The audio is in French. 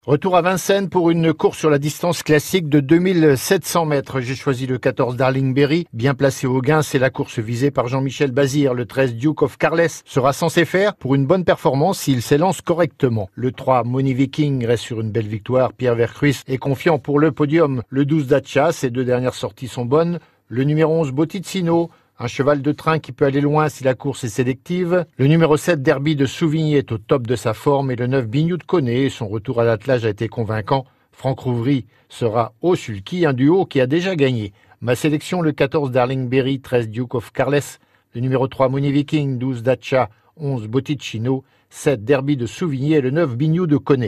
Retour à Vincennes pour une course sur la distance classique de 2700 mètres. J'ai choisi le 14 Darlingberry, bien placé au gain. C'est la course visée par Jean-Michel Bazir. Le 13 Duke of Carles sera censé faire pour une bonne performance s'il s'élance correctement. Le 3 Money Viking reste sur une belle victoire. Pierre Vercruis est confiant pour le podium. Le 12 Dacia, ses deux dernières sorties sont bonnes. Le numéro 11 Boticino, un cheval de train qui peut aller loin si la course est sélective. Le numéro 7 Derby de Souvigny est au top de sa forme et le 9 Bignou de Coné, son retour à l'attelage a été convaincant. Franck Rouvry sera au sulky, un duo qui a déjà gagné. Ma sélection, le 14 Darlingberry, 13 Duke of Carles, le numéro 3 Money Viking, 12 Dacia, 11 Boticino, 7 Derby de Souvigny et le 9 Bignou de Coné.